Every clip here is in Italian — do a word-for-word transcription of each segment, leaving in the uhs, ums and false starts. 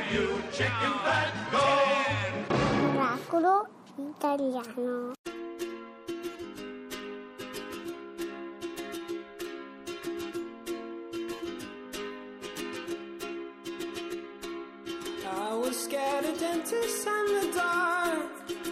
you chicken fat, go! Miracolo italiano. I was scared of dentists and the dark.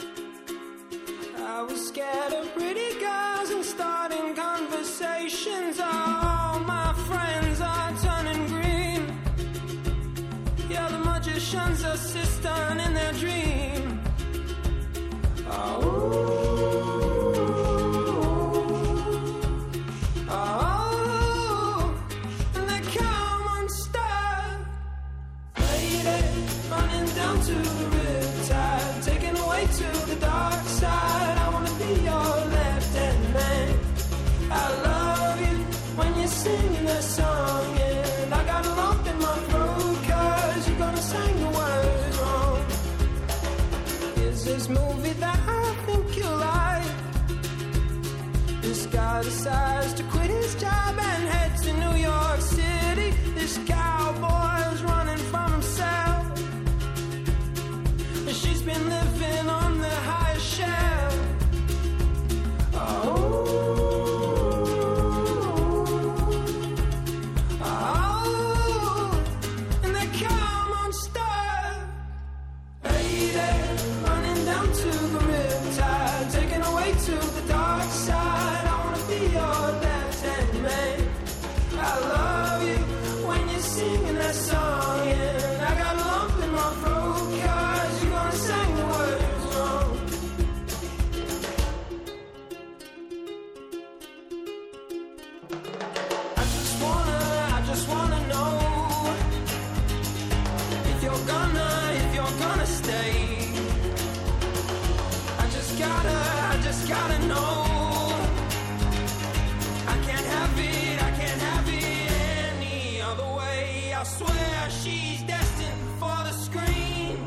I was scared of pretty girls and starting conversations. All my friends are turning green. Yeah, the magician's assistant in their dream. Oh. Down to the riptide, taken away to the dark side. I wanna be your left-hand man. I love you when you're singing that song, and I got a lump in my throat 'cause you're gonna sing the words wrong. Is this movie that I think you like? This guy decides to quit his job and head to New York City. This cowboy's running from himself. She's been living on the highest shelf. Oh, oh, and they come on stuff. Lady, running down to the riptide, taken away to the dark side. I wanna be your left-hand man. I love you when you're singing that song, and I got a lump in my throat 'cause you're gonna sing the words wrong. I just wanna, I just wanna know if you're gonna, if you're gonna stay. I just gotta, I just gotta know. I can't have it, I can't have it any other way. I swear she's destined for the screen.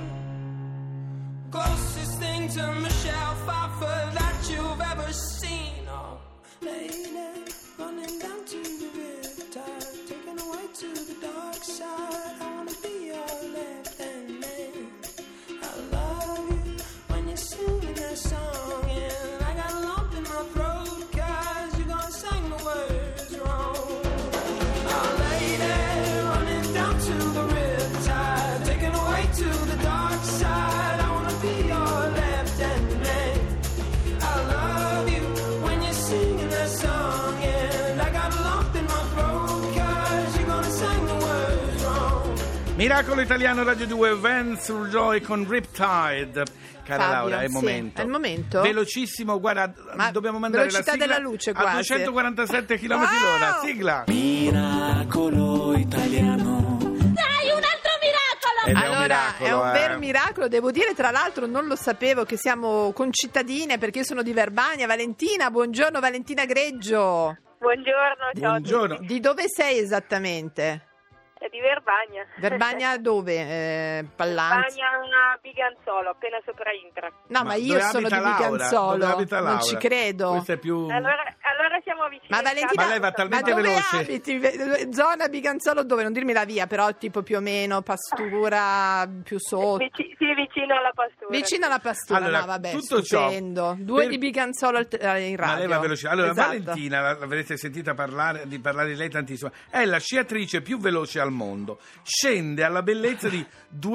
Closest thing to Michelle Pfeiffer that you've ever seen. Oh, lady, running down to the riptide, taken away to the dark side. I wanna be your left-hand man. I love you when you're singing that song, and I got a lump in my throat 'cause you're gonna sing the words wrong. Oh, lady, running down to the riptide, taken away to the dark side. I wanna be your left-hand man. I love you when you're singing that song, and I got a lump in my throat 'cause you're gonna sing the words wrong. Miracolo Italiano Radio due, Vance Joy con Riptide. Cara Fabio, Laura, è il sì, momento. è il momento? Velocissimo, guarda, Ma dobbiamo mandare la velocità sigla della luce a quasi. duecentoquarantasette chilometri l'ora. Wow! Sigla. Miracolo Italiano. Dai, un altro miracolo! Ed è un Allora, miracolo, è un eh. vero miracolo, devo dire, tra l'altro non lo sapevo che siamo concittadine perché io sono di Verbania. Valentina, buongiorno Valentina Greggio. Buongiorno, ciao. Buongiorno. Di dove sei esattamente? È di Verbania. Verbania dove? Eh, Pallanza? Verbania Biganzolo, appena sopra Intra. No, ma, io dove sono di abita Laura? Biganzolo, Dove abita non Laura? ci credo. Questo è più... Allora, allora siamo vicini. Ma Valentina, Ma lei va talmente ma dove veloce. abiti? Ve- Zona Biganzolo dove? Non dirmi la via, però tipo più o meno, pastura più sotto. Vici- sì, vicino alla pastura. Vicino alla pastura, Allora, no vabbè, tutto ciò stupendo. Due per- di Biganzolo al- eh, in radio. Ma lei va veloce. Allora, Esatto. Valentina, l'avrete sentita parlare di parlare di lei tantissimo. È la sciatrice più veloce al mondo. Scende alla bellezza di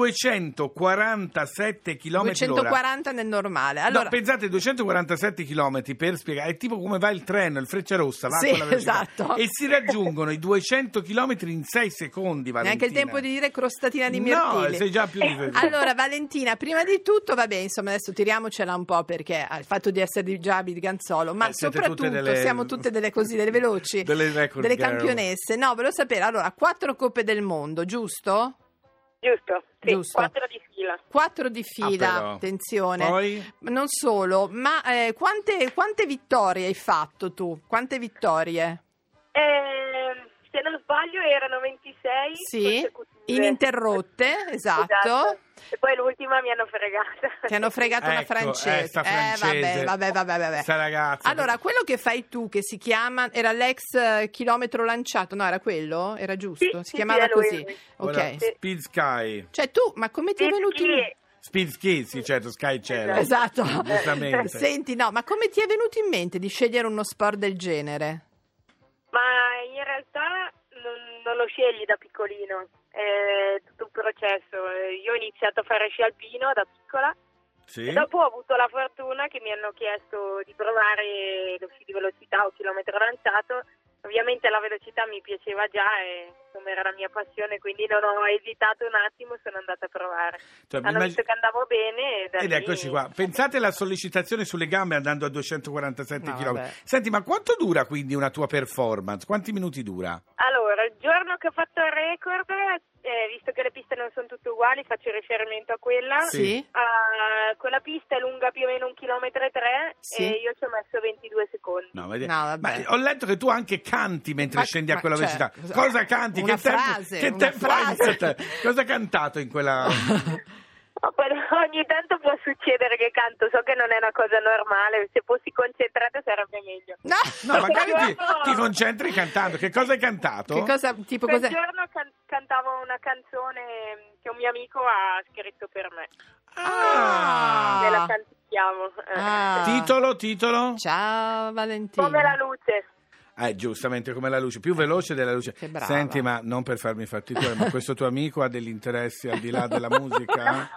duecentoquarantasette chilometri l'ora. duecentoquaranta nel normale. Allora, No, pensate, duecentoquarantasette chilometri per spiegare, è tipo come va il treno, il Frecciarossa, va Sì, con la velocità. esatto. E si raggiungono i duecento chilometri in sei secondi, Valentina. neanche il tempo di dire crostatina di No, mirtilli. sei già più di... Allora Valentina, prima di tutto, vabbè, insomma, adesso tiriamocela un po' perché al fatto di essere di già Biganzolo, ma Eh, siete soprattutto tutte delle- siamo tutte delle così, delle veloci, Delle record delle girl. campionesse. No, volevo sapere, allora, quattro coppe del mondo, giusto? Giusto, sì, Giusto. quattro di fila. Quattro di fila, Ah, però. attenzione. Poi? Non solo, ma eh, quante, quante vittorie hai fatto tu? Quante vittorie? Eh, se non sbaglio erano ventisei Sì, consecutive. ininterrotte, esatto. E poi l'ultima mi hanno fregata. Ti hanno fregato una Ecco, francese. eh, sta francese. Eh, vabbè, vabbè, vabbè, vabbè. Sta ragazza. Allora, quello che fai tu, che si chiama, era l'ex eh, chilometro lanciato, no, era quello? Era giusto? Sì, si sì, chiamava sì, è lui, così. lui. Ora, Ok. Speed Sky. Cioè tu, ma come ti è venuto in Sì, Speed Ski, sì, certo, Sky c'era. Esatto. Giustamente. Senti, no, ma come ti è venuto in mente di scegliere uno sport del genere? ma in realtà non, non lo scegli da piccolino, è tutto un processo. Io ho iniziato a fare sci alpino da piccola Sì. e dopo ho avuto la fortuna che mi hanno chiesto di provare lo sci di velocità o chilometro lanciato. Ovviamente la velocità mi piaceva già e insomma era la mia passione, quindi non ho esitato un attimo, sono andata a provare. Cioè, mi Hanno immag- visto che andavo bene e da Ed lì- eccoci qua. Pensate alla sollecitazione sulle gambe andando a duecentoquarantasette No, chilometri. vabbè. Senti, ma quanto dura quindi una tua performance? Quanti minuti dura? Allora, il giorno che ho fatto il record, eh, visto che le piste non sono tutte uguali, faccio riferimento a quella. Sì. Ah, quella pista è lunga più o meno un chilometro e tre Sì. e io ci ho messo ventidue secondi. No, vedi- No, vabbè. ma ho letto che tu anche canti mentre Ma- scendi a ma quella certo, velocità. cosa- Cosa canti? una che tempo, frase, che una tempo hai in frase. te? Cosa hai cantato in quella... Ma poi ogni tanto può succedere che canto, so che non è una cosa normale, se fossi concentrata sarebbe meglio. No, No, magari ti, giorno- ti concentri cantando. Che cosa hai cantato? Che cosa, tipo Quel cos'è? giorno can- cantavo una canzone che un mio amico ha scritto per me, Ah. ve la cantiamo. eh. Ah. Titolo, titolo? Ciao Valentina. Come la luce. Eh, giustamente come la luce, più veloce della luce. Che brava. Senti, ma non per farmi fatti tuoi, ma questo tuo amico ha degli interessi al di là della musica?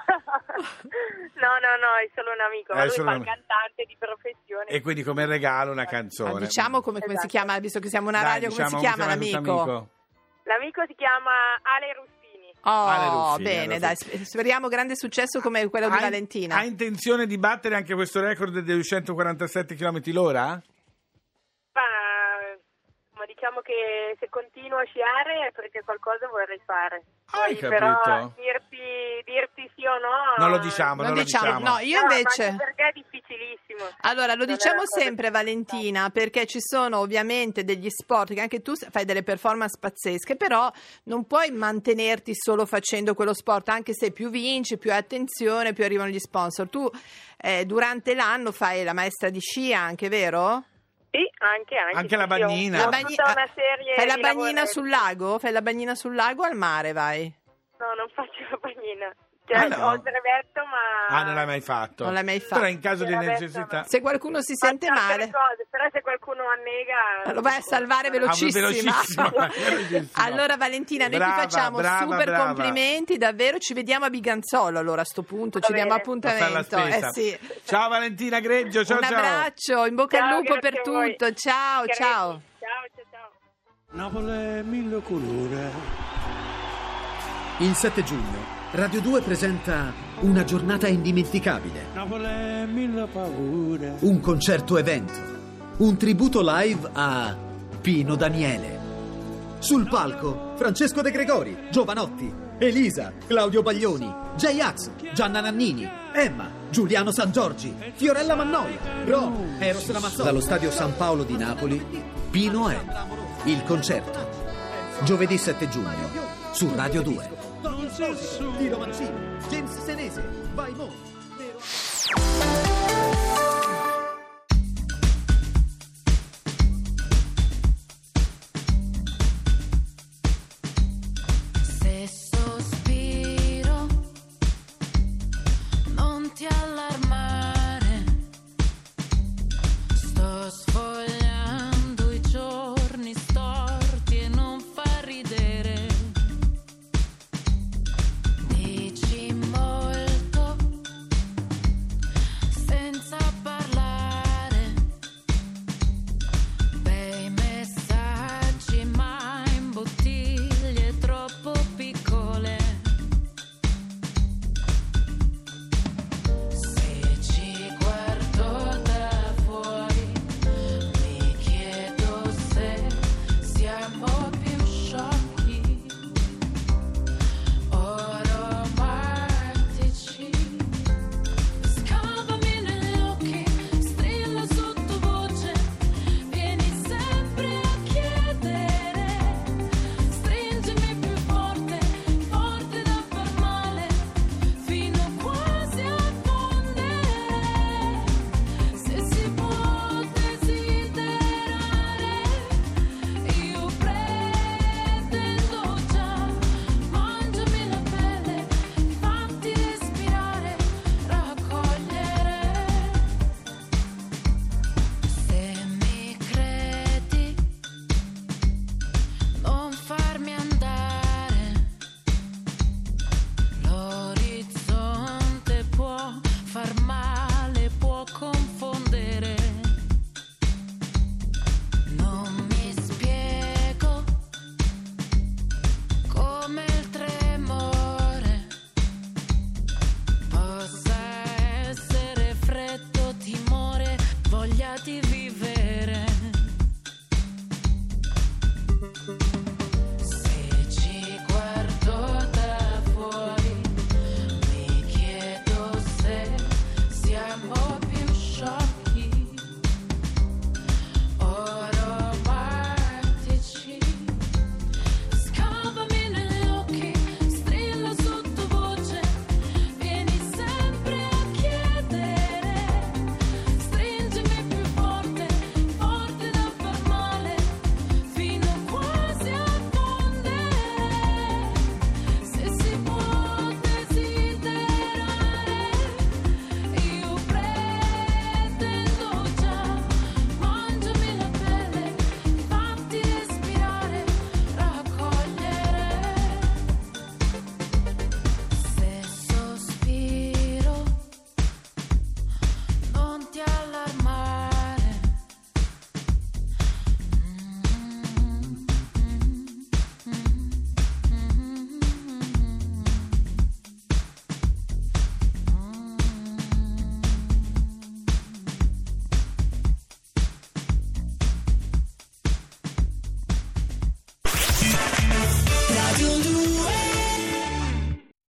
No, no, no, è solo un amico, ma È lui solo fa un- il cantante di professione. E quindi come regalo una Ah, canzone. diciamo come, come si Esatto. chiama, visto che siamo una Dai, radio, come diciamo, si chiama questo l'amico? amico? L'amico si chiama Ale Ruffini. Ale Oh, Ruffini, bene, Ale dai, Ruffini. sp- speriamo grande successo come quello di Hai- Valentina. Hai intenzione di battere anche questo record dei duecentoquarantasette chilometri l'ora? Ma, ma diciamo che se continuo a sciare è perché qualcosa vorrei fare. Hai Poi però capito. dirti, dirti sì o no... Non lo diciamo, non, Non lo diciamo, diciamo. no, io No, ma invece... anche perché è difficilissimo. Allora, lo Non è diciamo una cosa sempre, che- Valentina, perché ci sono ovviamente degli sport che anche tu fai delle performance pazzesche, però non puoi mantenerti solo facendo quello sport, anche se più vinci, più hai attenzione, più arrivano gli sponsor. Tu eh, durante l'anno fai la maestra di sci anche, vero? Sì, anche, anche. Anche la sì, sì, ho- bagnina. ho La bagni- tutta una serie fai la di bagnina lavoretti. sul lago? Fai la bagnina sul lago o al mare vai? No, non faccio la bagnina. Cioè, Ah, no? ho il brevetto, ma... Ah, non l'hai mai fatto? Non l'hai mai fatto. Però in caso di Sì, vabbè, necessità... no. Se qualcuno si Faccio sente altre male... cose, però se qualcuno annega... Lo vai a salvare Ah, velocissima. velocissimo, velocissimo. Allora Valentina, noi Brava, ti facciamo brava, super brava. complimenti, davvero ci vediamo a Biganzolo allora a sto punto, ci Va diamo bene. Per fare la appuntamento. Eh spesa. sì. Ciao Valentina Greggio, ciao Un ciao. abbraccio, in bocca Ciao, al lupo grazie per a voi. tutto. Ciao, Grazie. ciao. Ciao, ciao, ciao. Napoli mille colore. Il sette giugno Radio due presenta una giornata indimenticabile, Napoli mille paure. un concerto evento, un tributo live a Pino Daniele. Sul palco Francesco De Gregori, Giovanotti, Elisa, Claudio Baglioni, J-Ax, Gianna Nannini, Emma, Giuliano San Giorgi, Fiorella Mannoia, Rom, Eros Ramazzotti. Dallo stadio San Paolo di Napoli, Pino è il concerto. Giovedì sette giugno su Radio due. Tino Mancini, James Senese, Vai Mo,